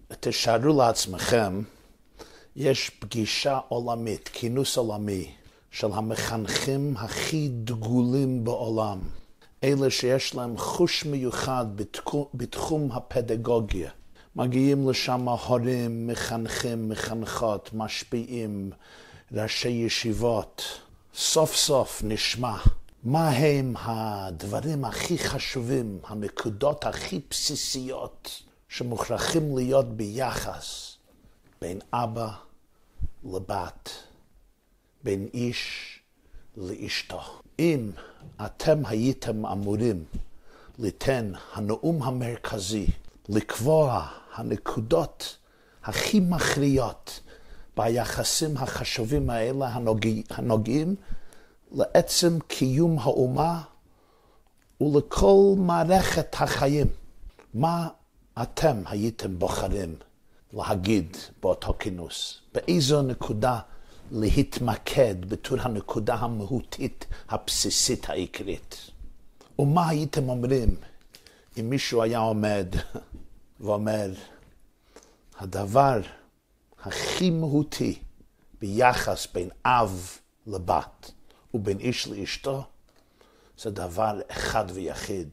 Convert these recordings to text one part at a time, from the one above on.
תשארו לעצמכם, יש פגישה עולמית, כינוס עולמי, של המחנכים הכי דגולים בעולם. אלה שיש להם חוש מיוחד בתחום הפדגוגיה. מגיעים לשם הורים, מחנכים, מחנכות, משפיעים, ראשי ישיבות. סוף סוף נשמע מה הם הדברים הכי חשובים, הנקודות הכי בסיסיות שמוכרחים להיות ביחס בין אבא לבת, בין איש לאשתו. אם אתם הייתם אמורים ליתן הנאום המרכזי, לקבוע הנקודות הכי מכריעות ביחסים החשובים האלה הנוגעים לעצם קיום האומה ולכל מערכת החיים, מה אתם הייתם בוחרים להגיד באותו כינוס? באיזו נקודה להתמקד בתור הנקודה המהותית הבסיסית העיקרית? ומה הייתם אומרים אם מישהו היה עומד ואומר, הדבר הכי מהותי ביחס בין אב לבת ובין איש לאשתו, זה דבר אחד ויחיד,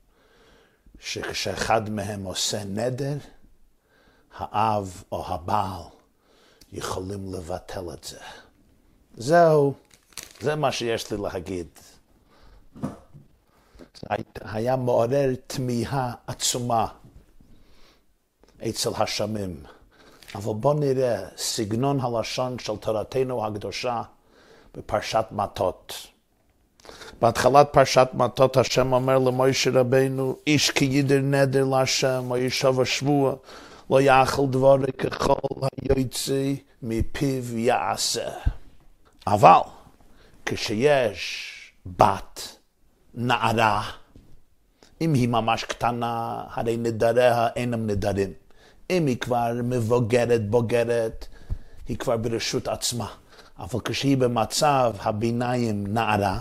שכשאחד מהם עושה נדר, האב או הבעל יכולים לבטל את זה. זהו, זה מה שיש לי להגיד. היה מעורר תמיהה עצומה אצל השמים. אבל בוא נראה סגנון הלשון של תורתנו הקדושה בפרשת מטות. בהתחלת פרשת מטות השם אומר למשה רבינו, איש כי ידר נדר להשם או ישוב השבוע, לא יאכל דברי ככל היוצא מפיו יעשה. אבל כשיש בת, נערה, אם היא ממש קטנה, הרי נדריה אינם נדרים. אם היא כבר מבוגרת, בוגרת, היא כבר ברשות עצמה. אבל כשהיא במצב הביניים נערה,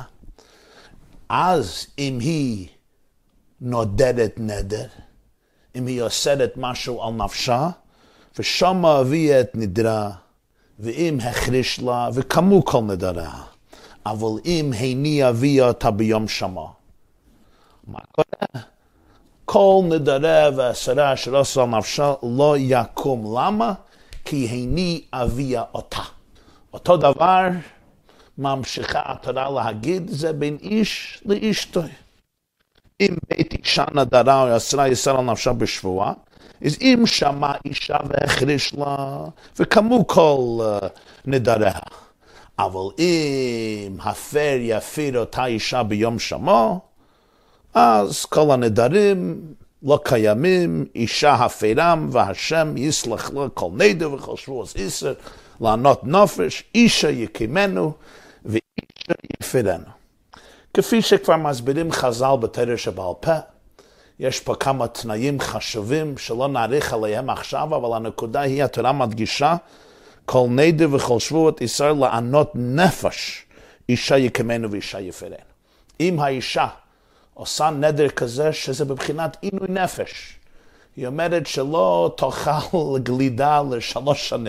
אז אם היא נודדת נדר, אם היא אוסרת משהו על נפשה, ושם הביאה את נדרה, ואם החריש לה, וכמו כל נדרה, אבל אם איני הביאה אותה ביום שמה, מה קורה? כל נדרה והסרה אשר עושה על נפשה לא יקום. למה? כי איני הביאה אותה. אותו דבר ממשיכה התורה להגיד, זה בין איש לאשתו. אם בית אישה נדרה או אסרה ישראל על נפשה בשבועה, אז אם שמע אישה והחריש לה, וכמו כל נדרה. אבל אם הפר יפיר אותה אישה ביום שמו, אז כל הנדרים לא קיימים, אישה הפרם, והשם יסלח לה כל נדר וכל שבועות איסר, לענות נפש, אישה יקימנו ואישה יפרנו. כפי שכבר מסבירים חז"ל בתורה שבעל פה, יש פה כמה תנאים חשובים שלא נאריך עליהם עכשיו, אבל הנקודה היא, התורה מדגישה, כל נדר וכל שבועות איסר לענות נפש, אישה יקימנו ואישה יפרנו. אם האישה עושה נדר כזה שזה בבחינת עינוי נפש, היא אומרת שלא תאכל גלידה ל3 שנים.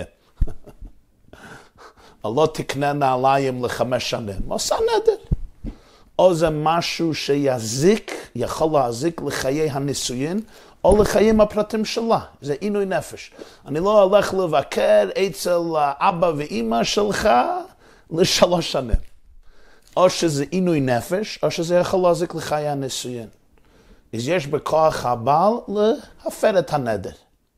לא תקנה נעליים ל5 שנים. עושה נדר. או זה משהו שיזיק, יכול להזיק לחיי הנישואין, או לחיים הפרטים שלה. זה עינוי נפש. אני לא הולך לבקר אצל אבא ואמא שלך ל3 שנים. או שזה עינוי נפש, או שזה יכול להזיק לחיי הנישואין. אז יש בכוח הבעל להפר את הנדר.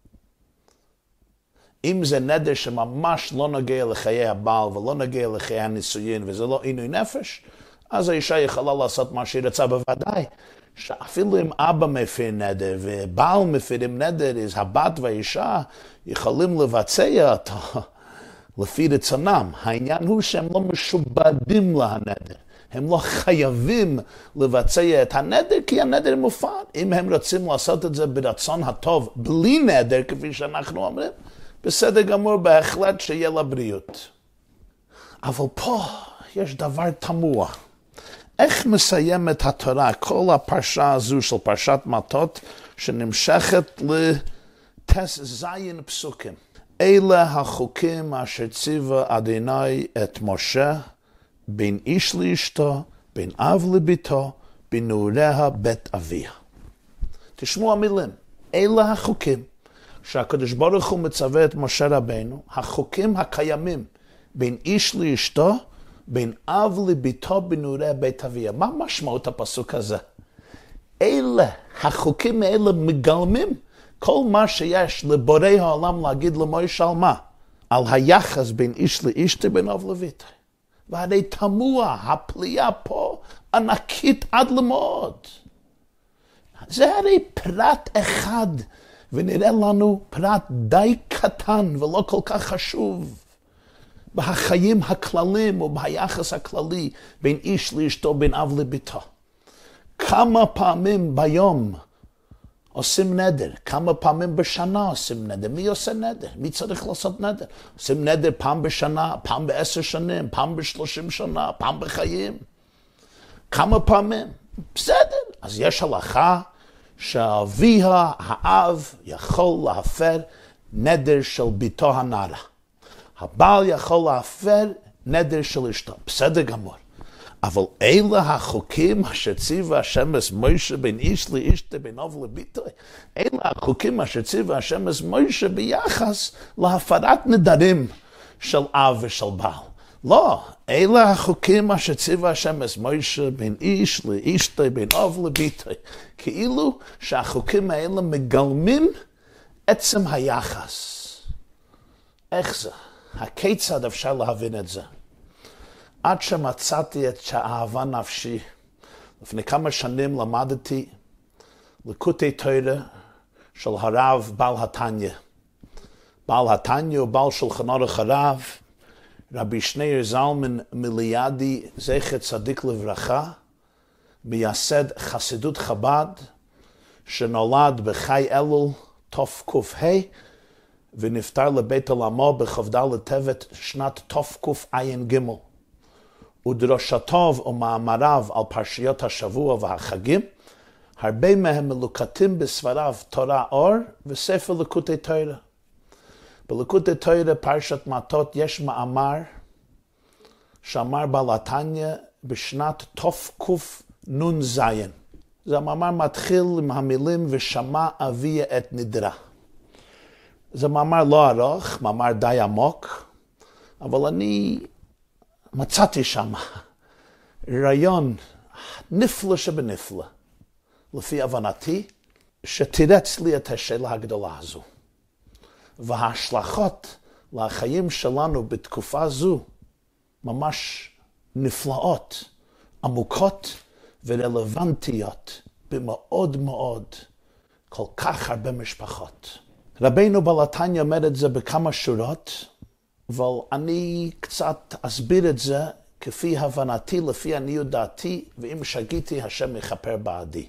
אם זה נדר שממש לא נוגע לחיי הבעל ולא נוגע לחיי הנישואין וזה לא עינוי נפש, אז האישה יכולה לעשות מה שהיא רצה. בוודאי שאפילו אם אבא מפר נדר ובעל מפרים נדר, אז הבת והאישה יכולים לבצע אותו לפי רצונם. העניין הוא שהם לא משובדים להנדר. הם לא חייבים לבצע את הנדר כי הנדר מופר. אם הם רוצים לעשות את זה ברצון הטוב בלי נדר, כפי שאנחנו אומרים, בסדר גמור, בהחלט שיהיה לבריאות. אבל פה יש דבר תמוה. איך מסיימת התורה כל הפרשה הזו של פרשת מטות שנמשכת תס זין פסוקים. אלה החוקים אשר ציווה אדוני את משה, בין איש לאשתו, בין אב לביתו, בנעוריה בית אביה. תשמעו המילים, אלה החוקים שהקדוש ברוך הוא מצווה את משה רבנו, החוקים הקיימים בין איש לאשתו, בין אב לביתו, בנעוריה בית אביה. מה משמעות הפסוק הזה? אלה, החוקים האלה מגלמים כל מה שיש לבורא העולם להגיד למוישה על מה? על היחס בין איש לאשתו, בין אב לביתו. והרי תמוה, הפליאה פה ענקית עד למאוד. זה הרי פרט אחד, ונראה לנו פרט די קטן ולא כל כך חשוב, בחיים הכלליים או ביחס הכללי בין איש לאשתו, בין אב לביתו. כמה פעמים ביום עושים נדר? כמה פעמים בשנה עושים נדר? מי עושה נדר? מי צריך לעשות נדר? עושים נדר פעם בשנה, פעם ב10 שנים, פעם ב30 שנה, פעם בחיים. כמה פעמים? בסדר. אז יש הלכה שאביה, האב, יכול להפר נדר של ביתו הנערה. הבעל יכול להפר נדר של אשתו. בסדר גמור. אבל אלה החוקים אשר ציווה השם את משה בין איש לאשתו, בין אב לביתו. אלה החוקים אשר ציווה השם את משה ביחס להפרת נדרים של אב ושל בעל. לא, אלה החוקים אשר ציווה השם את משה בין איש לאשתו, בין אב לביתו. כאילו שהחוקים האלה מגלמים עצם היחס. איך זה? הכיצד אפשר להבין את זה? עד שמצאתי את שאהבה נפשי, לפני כמה שנים למדתי לקוטי תורה של הרב בעל התניא. בעל התניא הוא בעל שולחן ערוך הרב, רבי שניאור זלמן מליאדי, זכר צדיק לברכה, מייסד חסידות חב"ד, שנולד בחי אלול תק"ה, ונפטר לבית עולמו בכ"ד טבת שנת תקע"ג. ודרשתיו ומאמריו על פרשיות השבוע והחגים, הרבה מהם מלוקטים בספריו תורה אור וספר לקוטי תורה. בלקוטי תורה פרשת מטות יש מאמר שאמר בעל התניא בשנת תקנ"ז. זה המאמר מתחיל עם המילים ושמע אביה את נדרה. זה מאמר לא ארוך, מאמר די עמוק, אבל אני מצאתי שם רעיון נפלא שבנפלא, לפי הבנתי, שתירץ לי את השאלה הגדולה הזו. וההשלכות לחיים שלנו בתקופה זו ממש נפלאות, עמוקות ורלוונטיות במאוד מאוד כל כך הרבה משפחות. רבינו בעל התניא אומר את זה בכמה שורות, אבל אני קצת אסביר את זה כפי הבנתי, לפי עניות דעתי, ואם שגיתי, השם יכפר בעדי.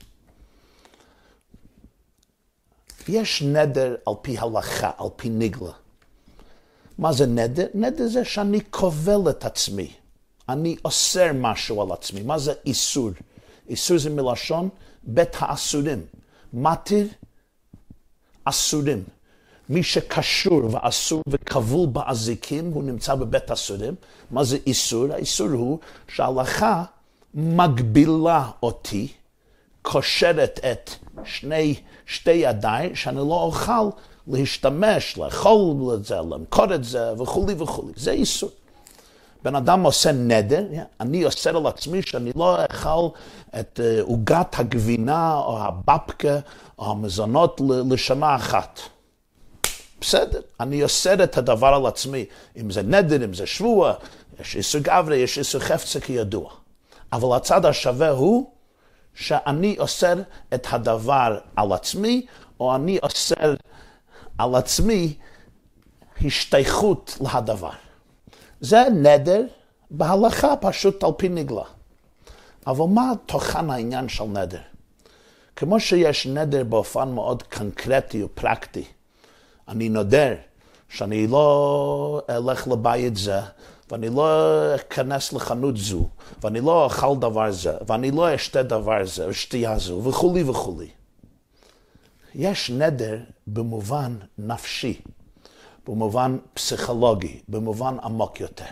יש נדר על פי הלכה, על פי נגלה. מה זה נדר? נדר זה שאני כובל את עצמי. אני אוסר משהו על עצמי. מה זה איסור? איסור זה מלשון בית האסורים. מתיר אסורים. מי שקשור ואסור וכבול באזיקים, הוא נמצא בבית אסורים. מה זה איסור? האיסור הוא שההלכה מגבילה אותי, קושרת את שתי ידיי, שאני לא אוכל להשתמש, לאכול את זה, למכור את זה וכו' וכו'. זה איסור. בן אדם עושה נדר, אני אוסר על עצמי שאני לא אוכל את עוגת הגבינה או הבבקה או המזונות לשנה אחת. בסדר, אני אוסר את הדבר על עצמי, אם זה נדר, אם זה שבוע, יש איסור גברי, יש איסור חפצה כידוע. אבל הצד השווה הוא שאני אוסר את הדבר על עצמי, או אני אוסר על עצמי השתייכות להדבר. זה נדר בהלכה פשוט על פי נגלה. אבל מה תוכן העניין של נדר? כמו שיש נדר באופן מאוד קונקרטי ופרקטי, אני נודר שאני לא אלך לבית זה, ואני לא אכנס לחנות זו, ואני לא אוכל דבר זה, ואני לא אשתה דבר זה, או שתייה זו, וכו' וכו'. יש נדר במובן נפשי, במובן פסיכולוגי, במובן עמוק יותר.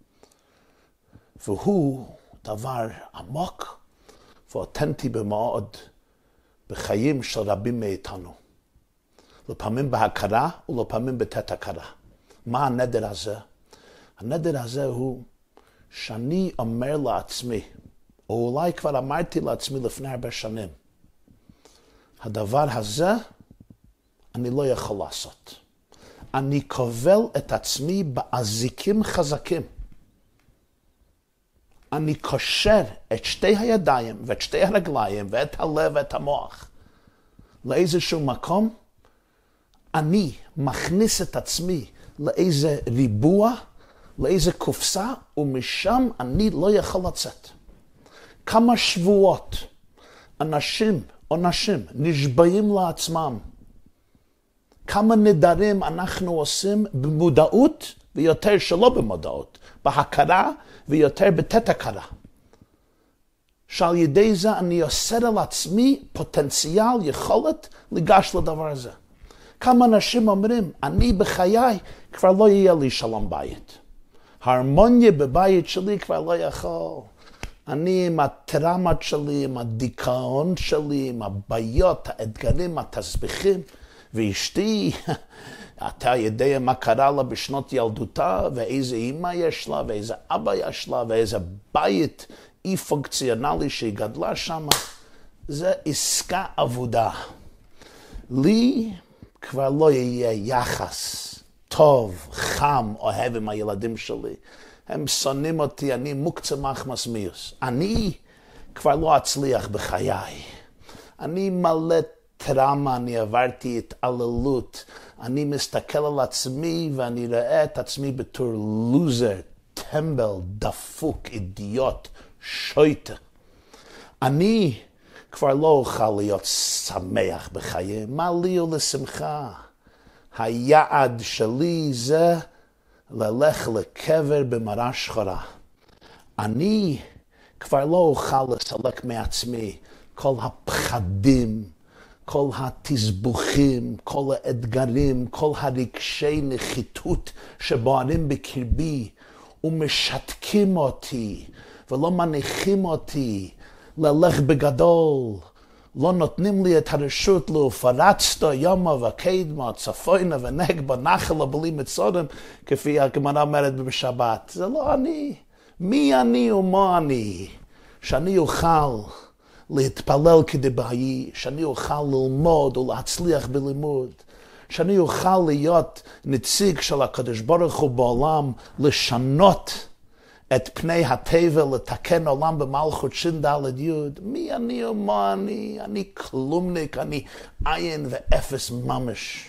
והוא דבר עמוק ואותנטי במאוד בחיים של רבים מאיתנו. לפעמים בהכרה ולפעמים בתת הכרה. מה הנדר הזה? הנדר הזה הוא שאני אומר לעצמי, או אולי כבר אמרתי לעצמי לפני הרבה שנים, הדבר הזה אני לא יכול לעשות. אני כובל את עצמי באזיקים חזקים. אני קושר את שתי הידיים ואת שתי הרגליים ואת הלב ואת המוח לאיזשהו מקום. אני מכניס את עצמי לאיזה ריבוע, לאיזה קופסה, ומשם אני לא יכול לצאת. כמה שבועות אנשים או נשים נשבעים לעצמם. כמה נדרים אנחנו עושים במודעות ויותר שלא במודעות, בהכרה ויותר בתת הכרה. שעל ידי זה אני עושה על עצמי פוטנציאל, יכולת לגש לדבר הזה. כמה אנשים אומרים, אני בחיי כבר לא יהיה לי שלום בית. הרמוניה בבית שלי כבר לא יכול. אני עם הטראומות שלי, עם הדיכאון שלי, עם הבעיות, האתגרים, התסביכים, ואשתי, אתה יודע מה קרה לה בשנות ילדותה, ואיזה אמא יש לה, ואיזה אבא יש לה, ואיזה בית אי פונקציונלי שהיא גדלה שם. זה עסקה עבודה. לי כבר לא יהיה יחס טוב, חם, אוהב עם הילדים שלי. הם שונאים אותי, אני מוקצמח מסמיוס. אני כבר לא אצליח בחיי. אני מלא טראומה, אני עברתי התעללות. אני מסתכל על עצמי ואני רואה את עצמי בתור לוזר, טמבל, דפוק, אידיוט, שויטה. אני כבר לא אוכל להיות שמח בחיי. מה לי ולשמחה? היעד שלי זה ללך לקבר במראה שחורה. אני כבר לא אוכל לסלק מעצמי כל הפחדים, כל התסבוכים, כל האתגרים, כל הרגשי נחיתות שבוערים בקרבי ומשתקים אותי ולא מניחים אותי ללך בגדול. לא נותנים לי את הרשות להופרצתו יומה וקדמה, צפוינה ונגבה, נחלה בלי מצודם, כפי הגמרא אומרת בשבת. זה לא אני. מי אני ומה אני? שאני אוכל להתפלל כדבעי, שאני אוכל ללמוד ולהצליח בלימוד, שאני אוכל להיות נציג של הקדוש ברוך הוא בעולם, לשנות את פני הטבע, לתקן עולם במלכות ש"ד י'. מי אני ומה אני? אני כלומניק, אני עין ואפס ממש.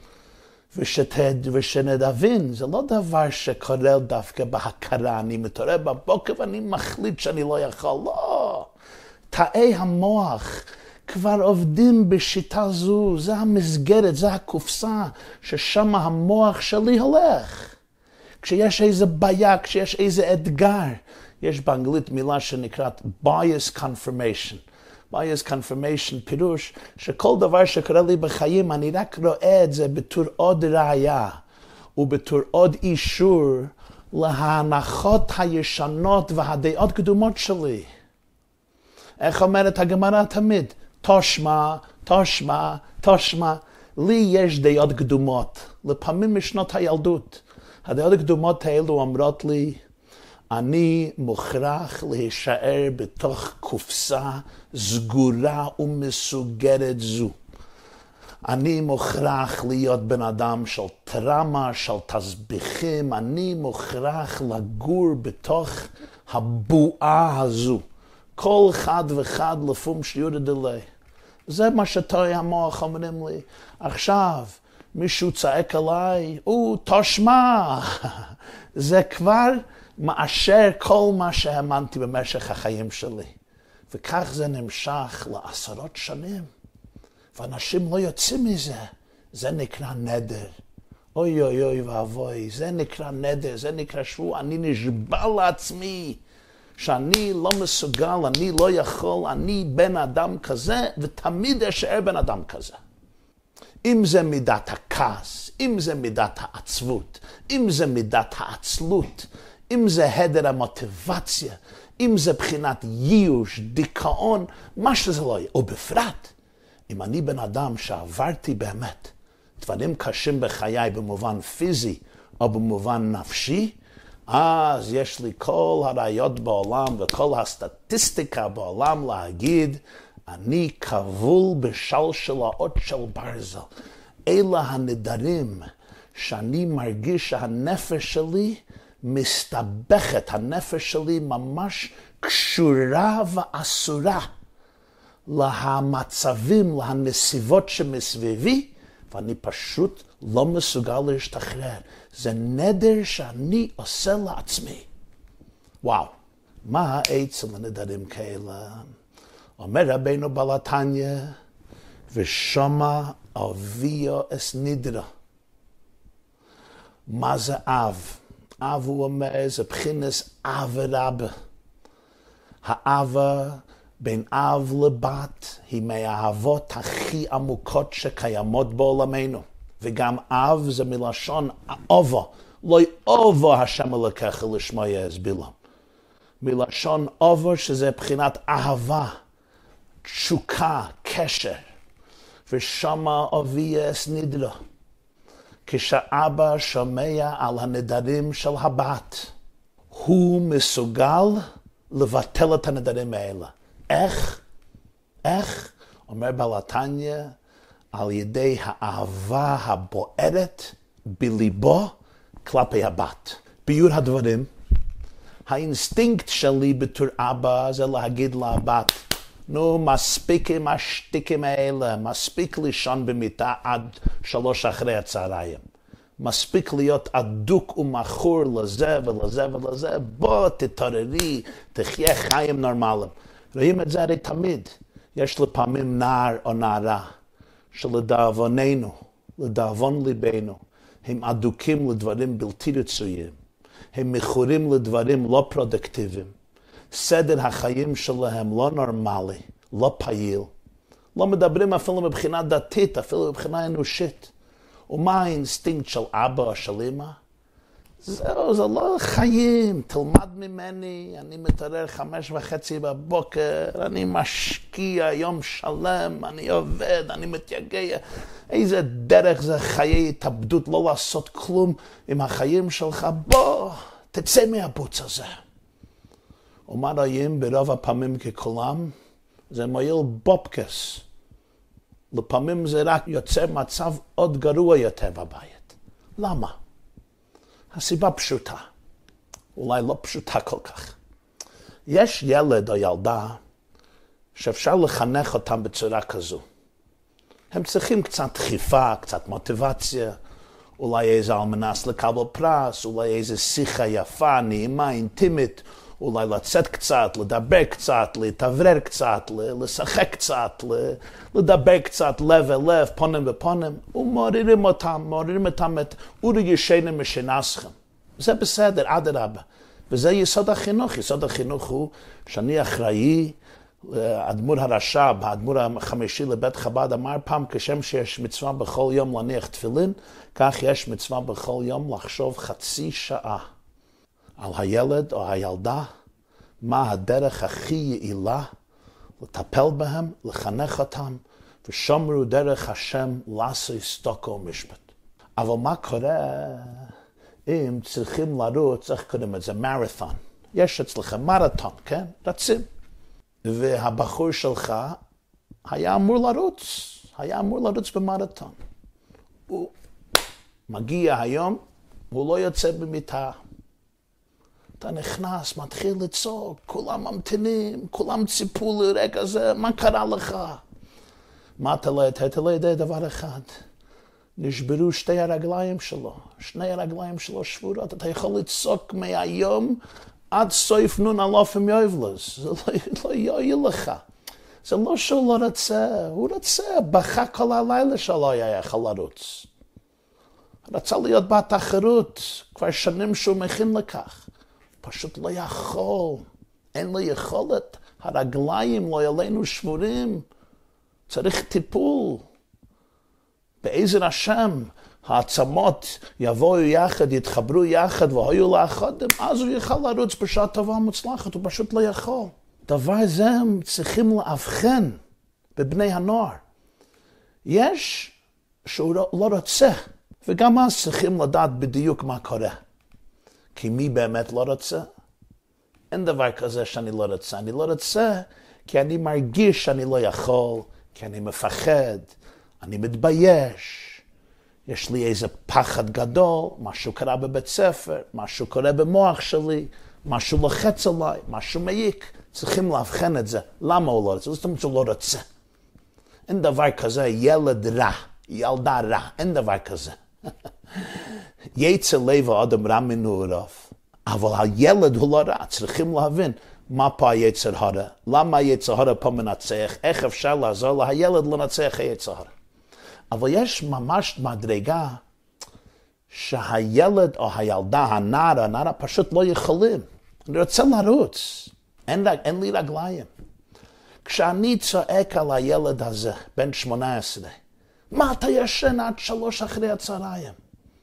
ושנדבין, זה לא דבר שקורה דווקא בהכרה. אני מתעורר בבוקר ואני מחליט שאני לא יכול. לא. תאי המוח כבר עובדים בשיטה זו. זה המסגרת, זה הקופסה ששם המוח שלי הולך. כשיש איזה בעיה, כשיש איזה אתגר, יש באנגלית מילה שנקראת bias confirmation. bias confirmation פירוש שכל דבר שקורה לי בחיים, אני רק רואה את זה בתור עוד ראיה, ובתור עוד אישור להנחות הישנות והדעות קדומות שלי. איך אומרת הגמרא תמיד? תושמע, תושמע, תושמע. לי יש דעות קדומות, לפעמים משנות הילדות. הדעות הקדומות האלו אומרות לי, אני מוכרח להישאר בתוך קופסה סגורה ומסוגרת זו. אני מוכרח להיות בן אדם של טראומה, של תסביכים. אני מוכרח לגור בתוך הבועה הזו. כל אחד ואחד לפום שיעורא דלי. זה מה שתאי המוח אומרים לי. עכשיו, מישהו צעק עליי, תשמע, זה כבר מאשר כל מה שהאמנתי במשך החיים שלי. וכך זה נמשך לעשרות שנים. ואנשים לא יוצאים מזה. זה נקרא נדר. אוי אוי אוי ואבוי, זה נקרא נדר, זה נקרא שבוע. אני נשבע לעצמי שאני לא מסוגל, אני לא יכול, אני בן אדם כזה, ותמיד אשאר בן אדם כזה. אם זה מידת הכעס, אם זה מידת העצבות, אם זה מידת העצלות, אם זה הדר המוטיבציה, אם זה בחינת ייאוש, דיכאון, מה שזה לא יהיה. ובפרט, אם אני בן אדם שעברתי באמת דברים קשים בחיי במובן פיזי או במובן נפשי, אז יש לי כל הראיות בעולם וכל הסטטיסטיקה בעולם להגיד, אני כבול בשלשלאות של ברזל. אלה הנדרים שאני מרגיש שהנפש שלי מסתבכת, הנפש שלי ממש קשורה ואסורה להמצבים, להנסיבות שמסביבי, ואני פשוט לא מסוגל להשתחרר. זה נדר שאני עושה לעצמי. וואו, מה העצם לנדרים כאלה? אומר רבינו בעל התניא, ושמע אביו אס נדרה. מה זה אב? אב הוא אומר, זה בחינס אב ורבא. האהבה בין אב לבת היא מהאהבות הכי עמוקות שקיימות בעולמנו. וגם אב זה מלשון אובו. לא אובו השם אלוקיך לשמו יסבילו. מלשון אובו שזה בחינת אהבה, תשוקה, קשר. ושמה אבי אס נדרה. כשאבא שומע על הנדרים של הבת, הוא מסוגל לבטל את הנדרים האלה. איך? אומר בעל התניא, על ידי האהבה הבוערת בליבו כלפי הבת. ביור הדברים, האינסטינקט שלי בתור אבא זה להגיד לבת, נו, מספיק עם השתיקים האלה, מספיק לישון במיטה עד 3 אחרי הצהריים. מספיק להיות אדוק ומכור לזה ולזה ולזה, בוא תתעוררי, תחיה חיים נורמליים. רואים את זה הרי תמיד. יש לפעמים נער או נערה שלדאבוננו, לדאבון ליבנו, הם אדוקים לדברים בלתי רצויים. הם מכורים לדברים לא פרודקטיביים. סדר החיים שלהם לא נורמלי, לא פעיל. לא מדברים אפילו מבחינה דתית, אפילו מבחינה אנושית. ומה האינסטינקט של אבא או של אמא? זהו, זה לא חיים, תלמד ממני, אני מתעורר 5:30 בבוקר, אני משקיע יום שלם, אני עובד, אני מתייגע. איזה דרך זה חיי התאבדות, לא לעשות כלום עם החיים שלך, בוא, תצא מהבוץ הזה. ומה רואים ברוב הפעמים ככולם? זה מועיל בופקס. לפעמים זה רק יוצר מצב עוד גרוע יותר בבית. למה? הסיבה פשוטה. אולי לא פשוטה כל כך. יש ילד או ילדה שאפשר לחנך אותם בצורה כזו. הם צריכים קצת דחיפה, קצת מוטיבציה, אולי איזה אלמנס לקבל פרס, אולי איזה שיחה יפה, נעימה, אינטימית, אולי לצאת קצת, לדבר קצת, להתאוורר קצת, לשחק קצת, לדבר קצת לב אל לב, פונים בפונים, ומעוררים אותם את אורי ישנים משנסכם. זה בסדר, אדרבה. וזה יסוד החינוך. יסוד החינוך הוא שאני אחראי, האדמו"ר הרש"ב, האדמו"ר החמישי לבית חב"ד, אמר פעם, כשם שיש מצווה בכל יום להניח תפילין, כך יש מצווה בכל יום לחשוב חצי שעה. על הילד או הילדה, מה הדרך הכי יעילה לטפל בהם, לחנך אותם, ושומרו דרך השם לעשי סטוקו ומשפט. אבל מה קורה אם צריכים לרוץ, איך קוראים את זה? מרתון. יש אצלכם מרתון, כן? רצים. והבחור שלך היה אמור לרוץ במרתון. הוא מגיע היום, הוא לא יוצא במיטה. אתה נכנס, מתחיל לצעוק, כולם ממתינים, כולם ציפו לרגע זה, מה קרה לך? מה אתה לא יודע דבר אחד? נשברו 2 הרגליים שלו, 2 הרגליים שלו שבורות, אתה יכול לצעוק מהיום עד סוף נון אלופים יובלס, זה לא יועיל לך. זה לא שהוא לא רוצה, הוא רוצה, בכה כל הלילה שלו היה יכול לרוץ. רצה להיות בתחרות, כבר שנים שהוא מכין לכך. פשוט לא יכול, אין לו יכולת, הרגליים לא עלינו שבורים, צריך טיפול. בעזר השם, העצמות יבואו יחד, יתחברו יחד והיו לאחודם, אז הוא יוכל לרוץ בשעה טובה מוצלחת, הוא פשוט לא יכול. דבר זה הם צריכים להבחן בבני הנוער. יש שהוא לא רוצה, וגם אז צריכים לדעת בדיוק מה קורה. כי מי באמת לא רוצה? אין דבר כזה שאני לא רוצה. אני לא רוצה כי אני מרגיש שאני לא יכול, כי אני מפחד, אני מתבייש. יש לי איזה פחד גדול, משהו קרה בבית ספר, משהו קורה במוח שלי, משהו לוחץ עליי, משהו מעיק. צריכים להבחן את זה. למה הוא לא רוצה? זאת אומרת שהוא לא רוצה. אין דבר כזה ילד רע, ילדה רע, אין דבר כזה. יצר לב האדם רע מנעוריו, אבל הילד הוא לא רע, צריכים להבין מה פה היצר הרע, למה היצר הרע פה מנצח, איך אפשר לעזור לילד לנצח היצר הרע. אבל יש ממש מדרגה שהילד או הילדה, הנערה פשוט לא יכולים. אני רוצה לרוץ, אין לי רגליים. כשאני צועק על הילד הזה, בן 18, מה אתה ישן עד 3 אחרי הצהריים?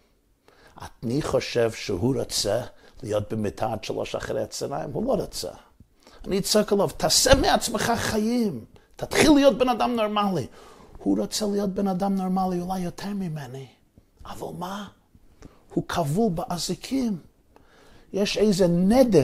אני חושב שהוא רוצה להיות במיטה עד 3 אחרי הצהריים, הוא לא רוצה. אני צועק עליו, תעשה מעצמך חיים, תתחיל להיות בן אדם נורמלי. הוא רוצה להיות בן אדם נורמלי אולי יותר ממני, אבל מה? הוא כבול באזיקים. יש איזה נדר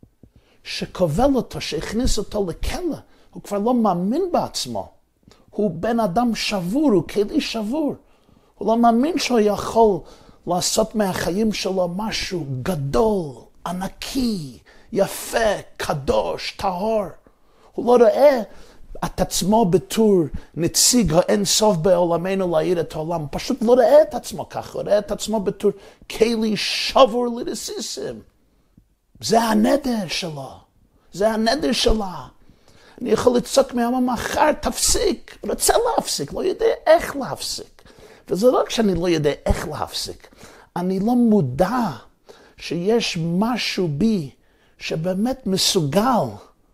שכובל אותו, שהכניס אותו לכלא. הוא כבר לא מאמין בעצמו. הוא בן אדם שבור, הוא כלי שבור. הוא לא מאמין שהוא יכול לעשות מהחיים שלו משהו גדול, ענקי, יפה, קדוש, טהור. הוא לא רואה את עצמו בתור נציג האין סוף בעולמנו להאיר את העולם. הוא פשוט לא רואה את עצמו ככה, הוא רואה את עצמו בתור כלי שבור לרסיסים. זה הנדר שלו, זה הנדר שלה. אני יכול לצעוק מהיום מחר, תפסיק. אני רוצה להפסיק, לא יודע איך להפסיק. וזה לא רק שאני לא יודע איך להפסיק. אני לא מודע שיש משהו בי שבאמת מסוגל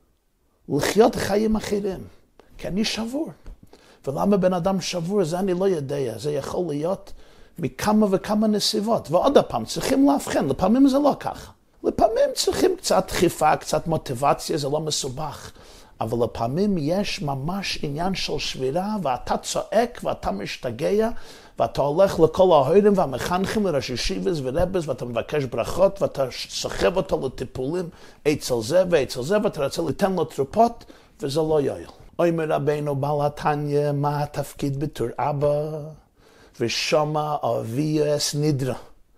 לחיות חיים אחרים. כי אני שבור. ולמה בן אדם שבור? זה אני לא יודע. זה יכול להיות מכמה וכמה נסיבות. ועוד הפעם, צריכים להבחן. לפעמים זה לא ככה. לפעמים צריכים קצת דחיפה, קצת מוטיבציה, זה לא מסובך. אבל לפעמים יש ממש עניין של שבירה, ואתה צועק ואתה משתגע, ואתה הולך לכל ההורים והמחנכים לראשי ישיבות ורבס, ואתה מבקש ברכות, ואתה סוחב אותו לטיפולים אצל זה ואצל זה, ואתה רוצה לתן לו תרופות, וזה לא יועיל. אומר רבינו בעל התניא, מה התפקיד בתור אבא? ושומע אבי אס נדרה.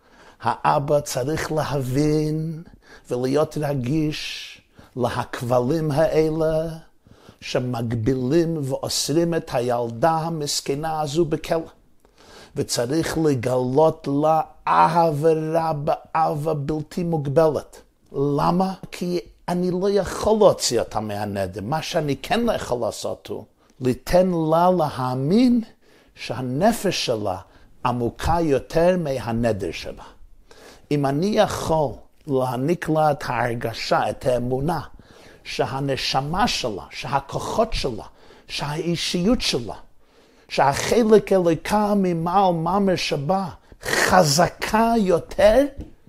האבא צריך להבין ולהיות רגיש להכבלים האלה שמגבילים ואוסרים את הילדה המסכנה הזו בכלא. וצריך לגלות לה אהבה רבה, אהבה בלתי מוגבלת. למה? כי אני לא יכול להוציא אותה מהנדר. מה שאני כן לא יכול לעשות הוא ליתן לה להאמין שהנפש שלה עמוקה יותר מהנדר שלה. אם אני יכול להעניק לה את ההרגשה, את האמונה, שהנשמה שלה, שהכוחות שלה, שהאישיות שלה, שהחלק אלוקה ממעל ממש שבה חזקה יותר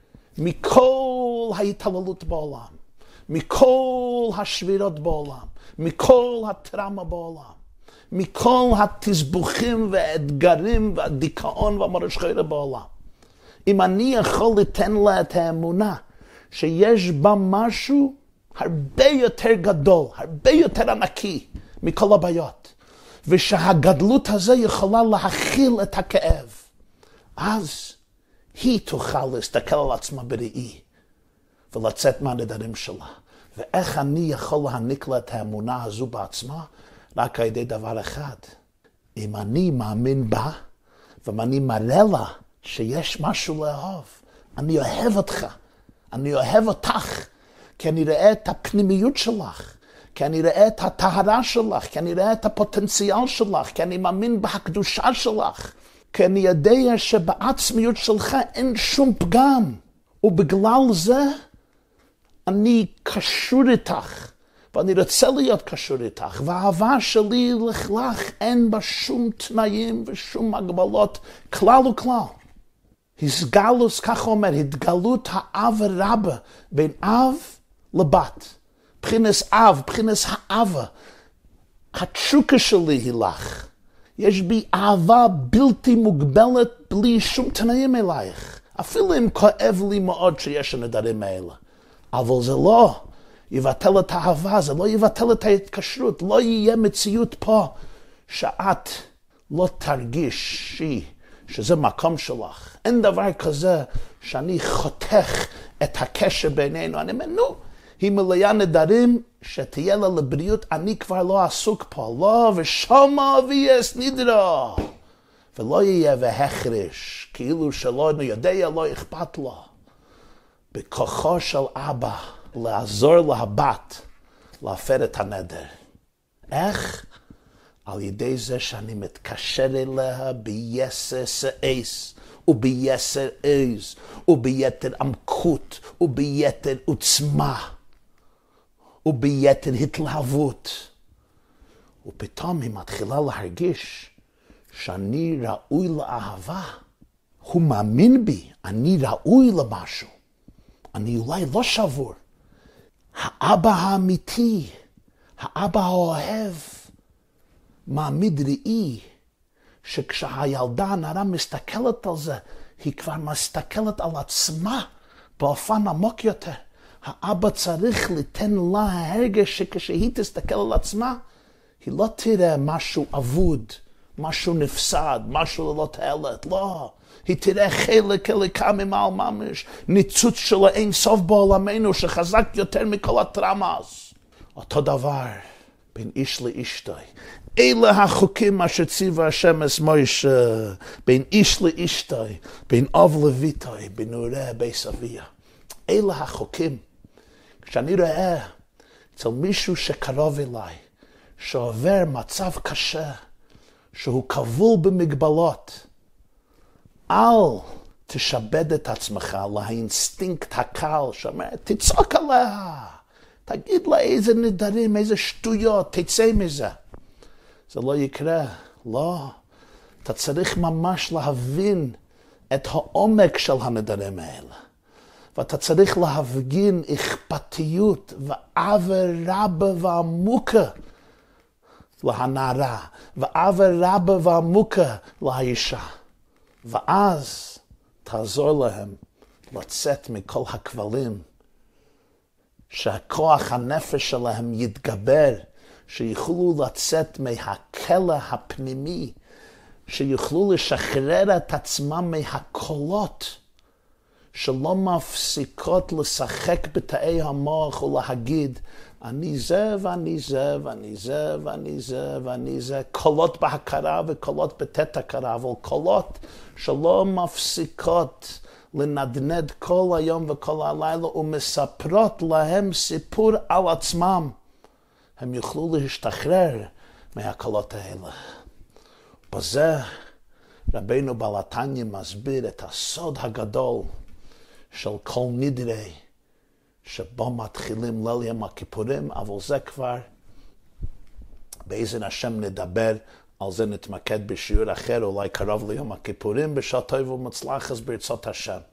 מכל ההתעללות בעולם, מכל השבירות בעולם, מכל הטראומה בעולם, מכל התסבוכים והאתגרים והדיכאון והמרשחורת בעולם. אם אני יכול לתן לה את האמונה שיש בה משהו הרבה יותר גדול, הרבה יותר ענקי מכל הבעיות, ושהגדלות הזה יכולה להכיל את הכאב, אז היא תוכל להסתכל על עצמה בראי ולצאת מהנדרים שלה. ואיך אני יכול להעניק לה את האמונה הזו בעצמה? רק על ידי דבר אחד. אם אני מאמין בה, ואם אני מראה לה שיש משהו לאהוב, אני אוהב אותך, אני אוהב אותך, כי אני רואה את הפנימיות שלך, כי אני רואה את הטהרה שלך, כי אני רואה את הפוטנציאל שלך, כי אני מאמין בהקדושה שלך, כי אני יודע שבעצמיות שלך אין שום פגם, ובגלל זה אני קשור איתך, ואני רוצה להיות קשור איתך, והאהבה שלי לך אין בה שום תנאים ושום הגבלות, כלל וכלל. הסגלוס, כך אומר, התגלות האב רבה בין אב לבת. בחינס אב, בחינס האבה. התשוקה שלי היא לך. יש בי אהבה בלתי מוגבלת בלי שום תנאים אלייך. אפילו אם כואב לי מאוד שיש הנדרים האלה. אבל זה לא יבטל את האהבה, זה לא יבטל את ההתקשרות. לא יהיה מציאות פה שאת לא תרגישי שזה מקום שלך. אין דבר כזה שאני חותך את הקשר בינינו. אני אומר, נו, היא מלאה נדרים שתהיה לה לבריאות, אני כבר לא עסוק פה. לא, ושמה אביאס נדרה. ולא יהיה והחרש, כאילו שלא יודע, לא אכפת לו. בכוחו של אבא, לעזור להבת, להפר את הנדר. איך? על ידי זה שאני מתקשר אליה ביסר סעס, וביסר עז, וביתר עמקות, וביתר עוצמה, וביתר התלהבות. ופתאום היא מתחילה להרגיש שאני ראוי לאהבה. הוא מאמין בי, אני ראוי למשהו. אני אולי לא שבור. האבא האמיתי, האבא האוהב, מעמיד ראי, שכשהילדה הנערה מסתכלת על זה, היא כבר מסתכלת על עצמה באופן עמוק יותר. האבא צריך ליתן לה ההרגש שכשהיא תסתכל על עצמה, היא לא תראה משהו אבוד, משהו נפסד, משהו ללא תועלת, לא. היא תראה חלק אלוקה ממעל ממש, ניצוץ שלו אין סוף בעולמנו שחזק יותר מכל הטראומות. אותו דבר בין איש לאשתו. אלה החוקים אשר ציווה השם את מוישה, בין איש לאשתו, בין אב לביתו, בין הורה בית אביה. אלה החוקים. כשאני רואה אצל מישהו שקרוב אליי, שעובר מצב קשה, שהוא כבול במגבלות, אל תשבד את עצמך לאינסטינקט הקל שאומר, תצעוק עליה, תגיד לה איזה נדרים, איזה שטויות, תצא מזה. זה לא יקרה, לא. אתה צריך ממש להבין את העומק של הנדרים האלה. ואתה צריך להפגין אכפתיות ואהבה רבה ועמוקה להנערה, ואהבה רבה ועמוקה לאישה. ואז תעזור להם לצאת מכל הכבלים, שהכוח הנפש שלהם יתגבר, שיוכלו לצאת מהכלא הפנימי, שיוכלו לשחרר את עצמם מהקולות, שלא מפסיקות לשחק בתאי המוח ולהגיד, אני זה ואני זה ואני זה ואני זה ואני זה, קולות בהכרה וקולות בתת הכרה, אבל קולות שלא מפסיקות לנדנד כל היום וכל הלילה ומספרות להם סיפור על עצמם. הם יוכלו להשתחרר מהקולות האלה. בזה רבינו בעל התניא מסביר את הסוד הגדול של כל נדרי, שבו מתחילים ליל יום הכיפורים, אבל זה כבר בעזרת השם נדבר, על זה נתמקד בשיעור אחר, אולי קרוב ליום הכיפורים, בשעה טובה ומוצלחת ברצות השם.